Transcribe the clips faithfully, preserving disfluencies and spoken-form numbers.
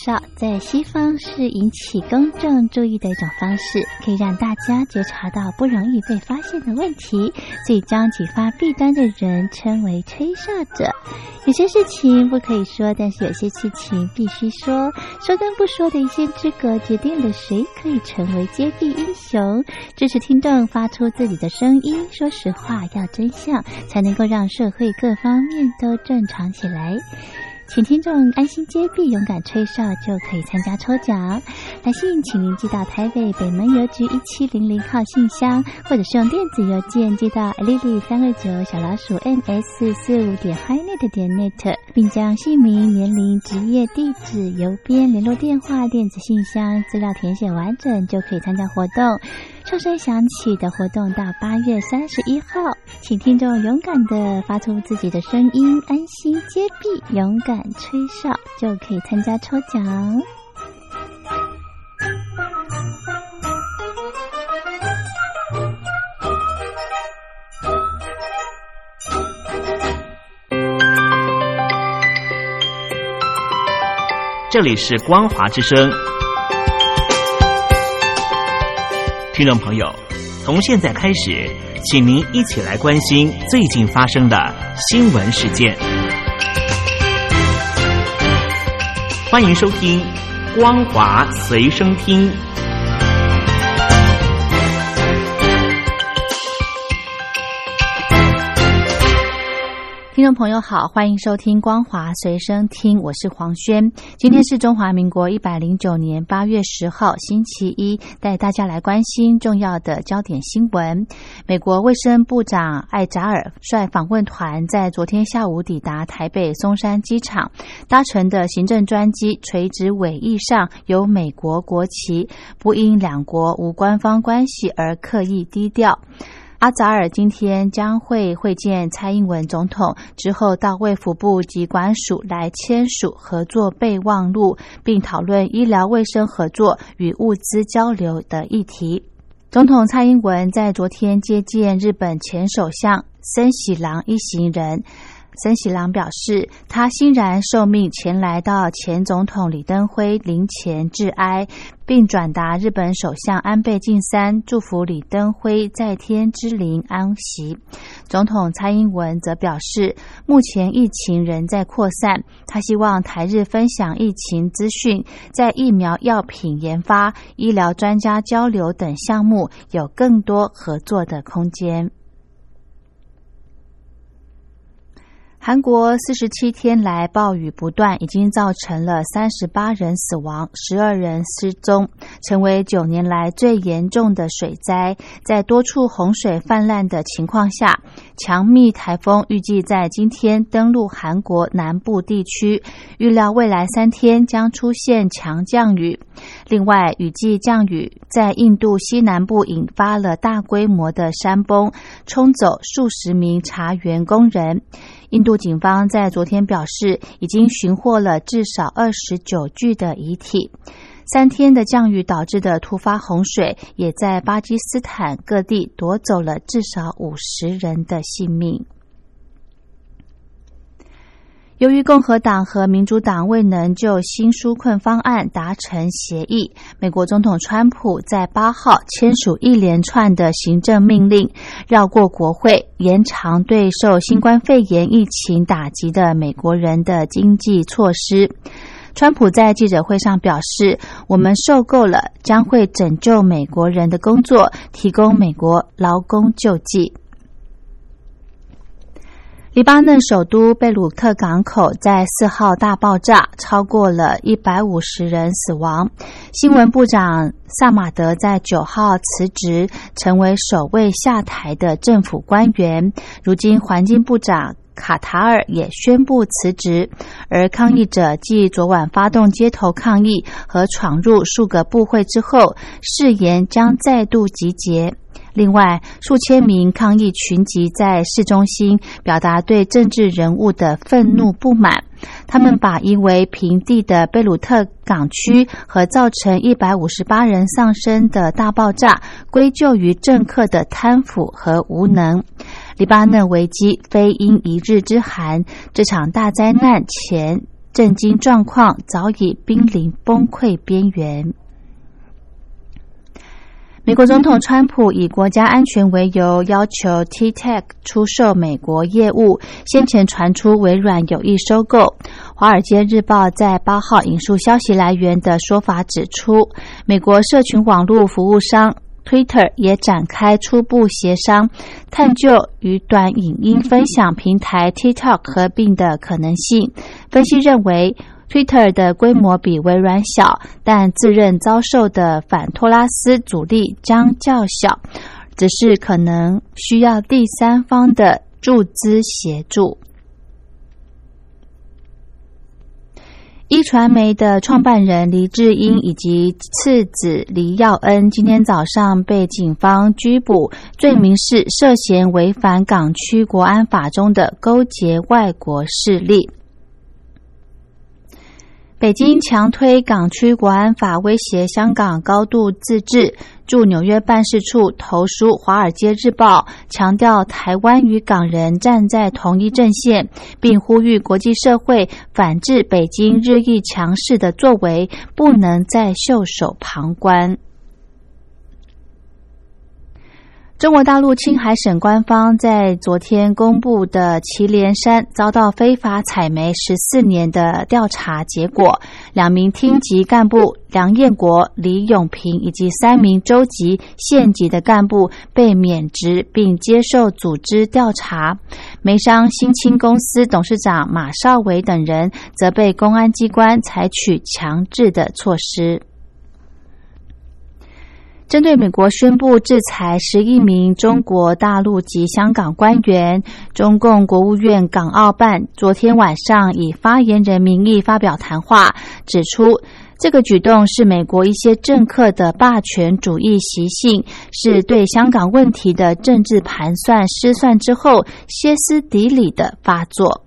绍在西方是引起公众注意的一种方式，可以让大家觉察到不容易被发现的问题，所以将启发弊端的人称为吹哨者。有些事情不可以说，但是有些事情必须说，说跟不说的一线之隔决定了谁可以成为揭弊英雄。支持听众发出自己的声音，说实话，要真相，才能够让社会各方面都正常起来。请听众安心揭弊，勇敢吹哨，就可以参加抽奖。来信请您寄到台北北门邮局一七零零号信箱，或者是用电子邮件寄到 lily 三二九小老鼠 ms 四五点 highnet 点 net， 并将姓名、年龄、职业、地址、邮编、联络电话、电子信箱资料填写完整，就可以参加活动。哨声响起的活动到八月三十一号，请听众勇敢地发出自己的声音，安心揭弊，勇敢吹哨，就可以参加抽奖。 这里是光华之声。听众朋友，从现在开始，请您一起来关心最近发生的新闻事件。欢迎收听光华随声听。 听众朋友好，欢迎收听光华随声听，我是黄轩。今天是中华民国一百零九年八月十号星期一，带大家来关心重要的焦点新闻。美国卫生部长艾扎尔率访问团在昨天下午抵达台北松山机场，搭乘的行政专机垂直尾翼上有美国国旗，不因两国无官方关系而刻意低调。阿扎尔今天将会会见蔡英文总统，之后到卫福部疾管署来签署合作备忘录，并讨论医疗卫生合作与物资交流的议题。总统蔡英文在昨天接见日本前首相森喜朗一行人。森喜朗表示，他欣然受命前来到前总统李登辉陵前致哀，并转达日本首相安倍晋三祝福李登辉在天之灵安息。总统蔡英文则表示，目前疫情仍在扩散，他希望台日分享疫情资讯，在疫苗药品研发、医疗专家交流等项目有更多合作的空间。韩国四十七天来暴雨不断，已经造成了三十八人死亡，十二人失踪，成为九年来最严重的水灾。在多处洪水泛滥的情况下，强密台风预计在今天登陆韩国南部地区，预料未来三天将出现强降雨。另外，雨季降雨在印度西南部引发了大规模的山崩，冲走数十名茶园工人。印度警方在昨天表示，已经寻获了至少二十九具的遗体。三天的降雨导致的突发洪水，也在巴基斯坦各地夺走了至少五十人的性命。由于共和党和民主党未能就新纾困方案达成协议，美国总统川普在八号签署一连串的行政命令，绕过国会，延长对受新冠肺炎疫情打击的美国人的经济措施。川普在记者会上表示，我们受够了将会拯救美国人的工作，提供美国劳工救济。黎巴嫩首都贝鲁特港口在四号大爆炸，超过了一百五十人死亡。新闻部长萨马德在九号辞职，成为首位下台的政府官员。如今环境部长卡塔尔也宣布辞职，而抗议者继昨晚发动街头抗议和闯入数个部会之后，誓言将再度集结。另外，数千名抗议群集在市中心，表达对政治人物的愤怒不满。他们把夷为平地的贝鲁特港区和造成一百五十八人丧生的大爆炸归咎于政客的贪腐和无能。黎巴嫩危机非因一日之寒，这场大灾难前震惊状况早已濒临崩溃边缘。美国总统川普以国家安全为由，要求 T T E C 出售美国业务，先前传出微软有意收购。华尔街日报在八号引述消息来源的说法指出，美国社群网络服务商 Twitter 也展开初步协商，探究与短影音分享平台 TikTok 合并的可能性。分析认为Twitter 的规模比微软小，但自认遭受的反托拉斯阻力将较小，只是可能需要第三方的注资协助。一传媒的创办人黎智英以及次子黎耀恩今天早上被警方拘捕，罪名是涉嫌违反港区国安法中的勾结外国势力。北京强推港区国安法，威胁香港高度自治。驻纽约办事处投书《华尔街日报》，强调台湾与港人站在同一阵线，并呼吁国际社会反制北京日益强势的作为，不能再袖手旁观。中国大陆青海省官方在昨天公布的祁连山遭到非法采煤十四年的调查结果，两名厅级干部梁彦国、李永平以及三名州级、县级的干部被免职并接受组织调查。煤商新青公司董事长马少伟等人则被公安机关采取强制的措施。针对美国宣布制裁十一名中国大陆及香港官员，中共国务院港澳办昨天晚上以发言人名义发表谈话，指出这个举动是美国一些政客的霸权主义习性，是对香港问题的政治盘算失算之后歇斯底里的发作。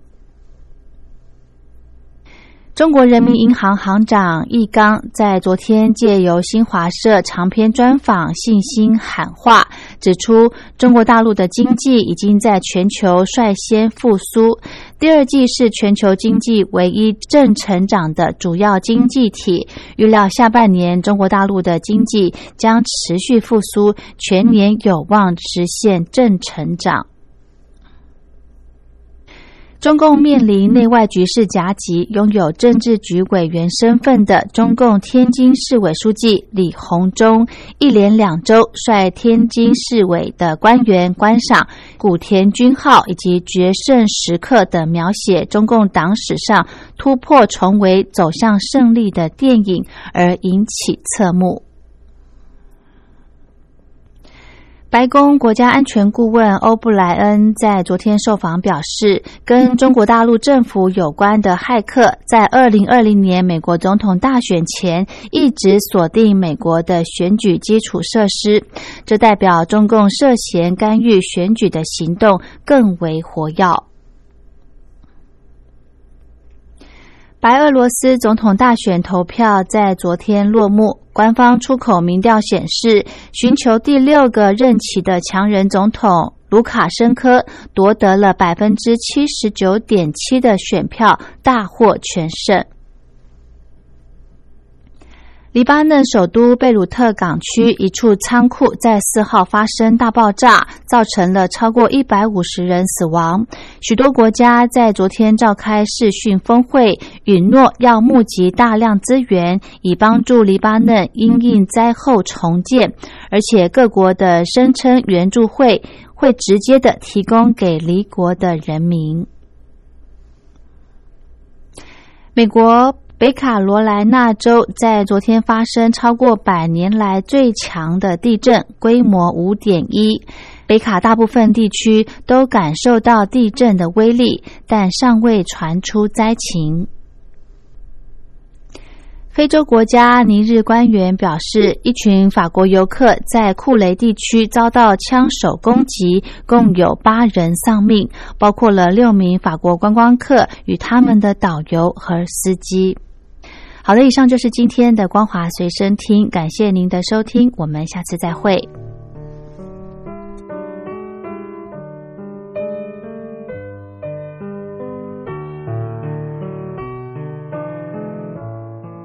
中国人民银行行长易纲在昨天借由新华社长篇专访信心喊话，指出中国大陆的经济已经在全球率先复苏，第二季是全球经济唯一正成长的主要经济体，预料下半年中国大陆的经济将持续复苏，全年有望实现正成长。中共面临内外局势夹击，拥有政治局委员身份的中共天津市委书记李鸿忠，一连两周率天津市委的官员观赏古田军号以及决胜时刻等描写中共党史上突破重围走向胜利的电影，而引起侧目。白宫国家安全顾问欧布莱恩在昨天受访表示，跟中国大陆政府有关的骇客在二零二零年美国总统大选前一直锁定美国的选举基础设施，这代表中共涉嫌干预选举的行动更为活跃。白俄罗斯总统大选投票在昨天落幕，官方出口民调显示，寻求第六个任期的强人总统卢卡申科夺得了 百分之七十九点七 的选票，大获全胜。黎巴嫩首都贝鲁特港区一处仓库在四号发生大爆炸，造成了超过一百五十人死亡。许多国家在昨天召开视讯峰会，允诺要募集大量资源，以帮助黎巴嫩因应灾后重建，而且各国的声称援助会会直接的提供给离国的人民。美国北卡罗来纳州在昨天发生超过百年来最强的地震，规模 五点一。北卡大部分地区都感受到地震的威力，但尚未传出灾情。非洲国家尼日官员表示，一群法国游客在库雷地区遭到枪手攻击，共有八人丧命，包括了六名法国观光客与他们的导游和司机。好的，以上就是今天的光华随身听，感谢您的收听，我们下次再会。